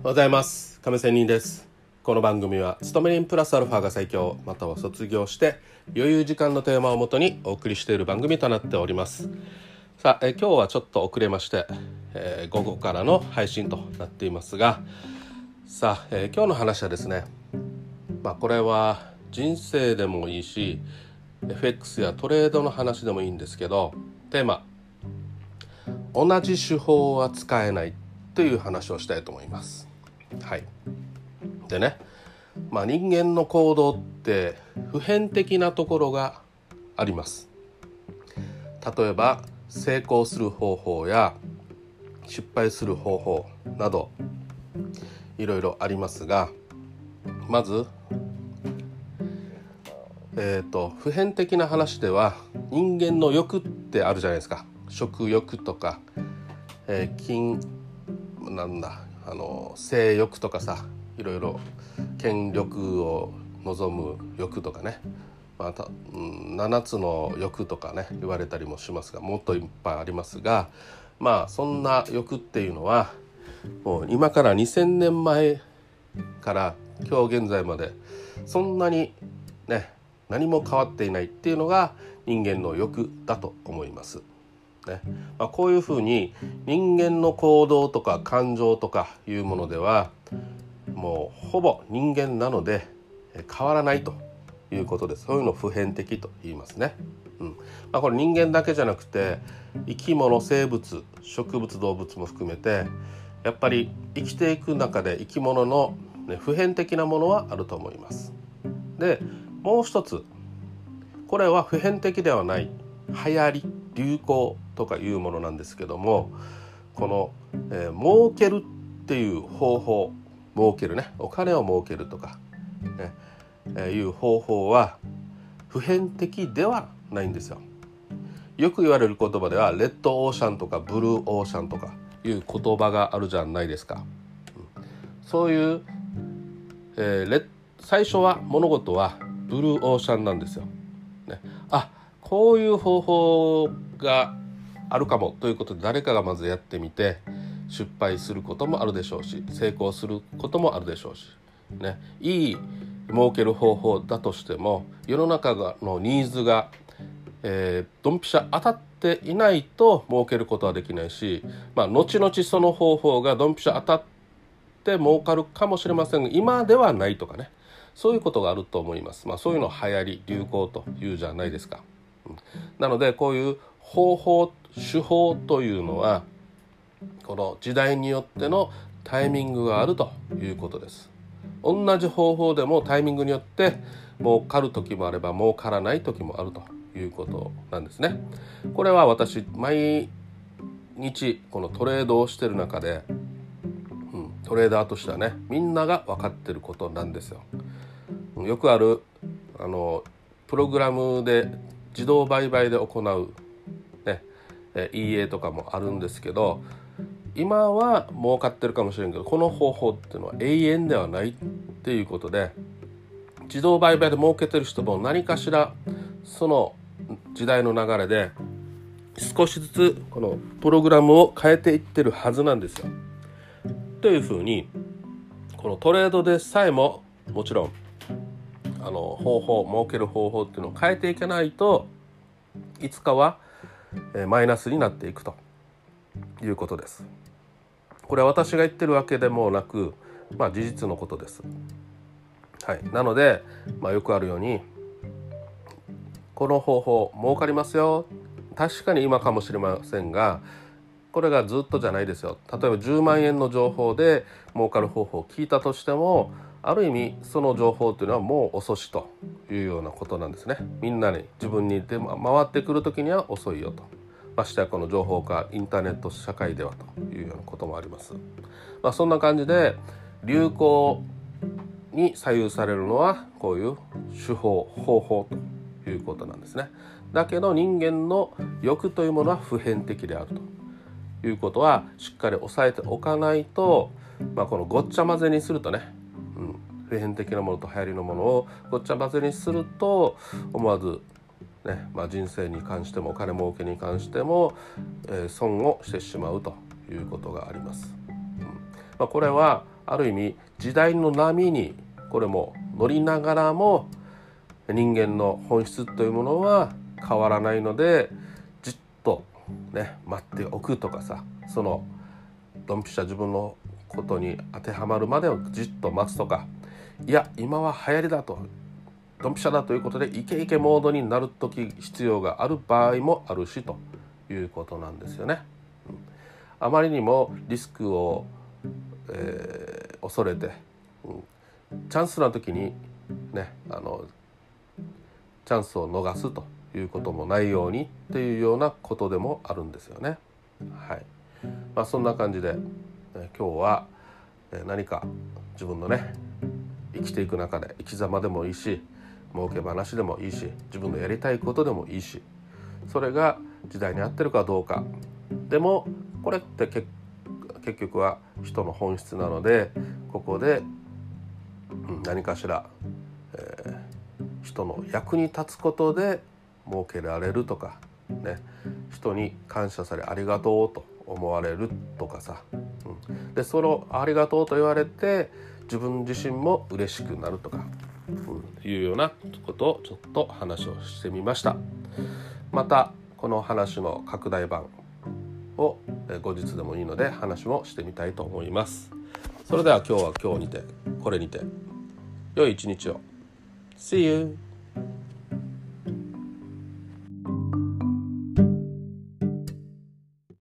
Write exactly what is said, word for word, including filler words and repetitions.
おはようございます。亀仙人です。この番組は勤め人プラスアルファが最強、または卒業して余裕時間のテーマをもとにお送りしている番組となっております。さあ、え今日はちょっと遅れまして、えー、午後からの配信となっていますが、さあ、えー、今日の話はですね、まあ、これは人生でもいいし エフエックス やトレードの話でもいいんですけど、テーマ、同じ手法は使えないという話をしたいと思います。はい。でね、まあ、人間の行動って普遍的なところがあります。例えば成功する方法や失敗する方法などいろいろありますが、まず、えーと、普遍的な話では人間の欲ってあるじゃないですか。食欲とか、えー、筋なんだあの性欲とかさ、いろいろ権力を望む欲とかね、また、うん、ななつの欲とかね言われたりもしますが、もっといっぱいありますが、まあそんな欲っていうのはもう今からにせんねんまえから今日現在までそんなにね何も変わっていないっていうのが人間の欲だと思います。ねまあ、こういうふうに人間の行動とか感情とかいうものではもうほぼ人間なので変わらないということです。そういうのを普遍的と言いますね。うんまあ、これ人間だけじゃなくて生き物、生物、植物、動物も含めてやっぱり生きていく中で生き物の、ね、普遍的なものはあると思います。で、もう一つ、これは普遍的ではない流行り、流行とかいうものなんですけども、この、えー、儲けるっていう方法、儲けるね、お金を儲けるとか、ねえー、いう方法は普遍的ではないんですよ。よく言われる言葉ではレッドオーシャンとかブルーオーシャンとかいう言葉があるじゃないですか。うん、そういう、えー、レ最初は物事はブルーオーシャンなんですよ。ね、あ、こういう方法があるかもということで誰かがまずやってみて失敗することもあるでしょうし、成功することもあるでしょうし、ね、いい儲ける方法だとしても世の中のニーズが、えー、ドンピシャ当たっていないと儲けることはできないし、まあ、後々その方法がドンピシャ当たって儲かるかもしれませんが今ではないとかね、そういうことがあると思います。まあ、そういうのを流行り、流行というじゃないですか。うん、なのでこういう方法、手法というのはこの時代によってのタイミングがあるということです。同じ方法でもタイミングによって儲かる時もあれば儲からない時もあるということなんですね。これは私毎日このトレードをしている中で、うん、トレーダーとしてはねみんなが分かっていることなんですよ。よくあるあのプログラムで自動売買で行う、ね、イーエー とかもあるんですけど、今は儲かってるかもしれんけどこの方法っていうのは永遠ではないっていうことで、自動売買で儲けてる人も何かしらその時代の流れで少しずつこのプログラムを変えていってるはずなんですよ。というふうにこのトレードでさえももちろんあの方法、儲ける方法っていうのを変えていかないといつかはマイナスになっていくということです。これは私が言ってるわけでもなく、まあ、事実のことです。はい、なので、まあ、よくあるようにこの方法儲かりますよ、確かに今かもしれませんがこれがずっとじゃないですよ。例えばじゅうまんえんの情報で儲かる方法を聞いたとしても、ある意味その情報というのはもう遅しというようなことなんですね。みんなに自分に回ってくる時には遅いよと。ましてやこの情報化インターネット社会ではというようなこともあります。まあ、そんな感じで流行に左右されるのはこういう手法、方法ということなんですね。だけど人間の欲というものは普遍的であるということはしっかり押さえておかないと、まあ、このごっちゃ混ぜにするとね、うん、普遍的なものと流行りのものをごっちゃ混ぜにすると思わずね、まあ、人生に関してもお金儲けに関しても、えー、損をしてしまうということがあります。うんまあ、これはある意味時代の波にこれも乗りながらも人間の本質というものは変わらないので、じっとね待っておくとかさ、そのドンピシャ自分のことに当てはまるまでをじっと待つとか、いや今は流行りだとドンピシャだということでイケイケモードになる時必要がある場合もあるしということなんですよね。うん、あまりにもリスクを、えー、恐れて、うん、チャンスな時にねあのチャンスを逃すということもないようにっていうようなことでもあるんですよね。はい。まあそんな感じで、え今日は何か自分のね生きていく中で生き様でもいいし、儲け話でもいいし、自分のやりたいことでもいいし、それが時代に合ってるかどうか、でもこれって結結局は人の本質なので、ここで何かしら、えー、人の役に立つことで儲けられるとかね、人に感謝されありがとうと思われるとかさ、うん、でそのありがとうと言われて自分自身も嬉しくなるとか、うん、いうようなことをちょっと話をしてみました。またこの話の拡大版を後日でもいいので話もしてみたいと思います。それでは今日は今日にてこれにて良い一日を。See you!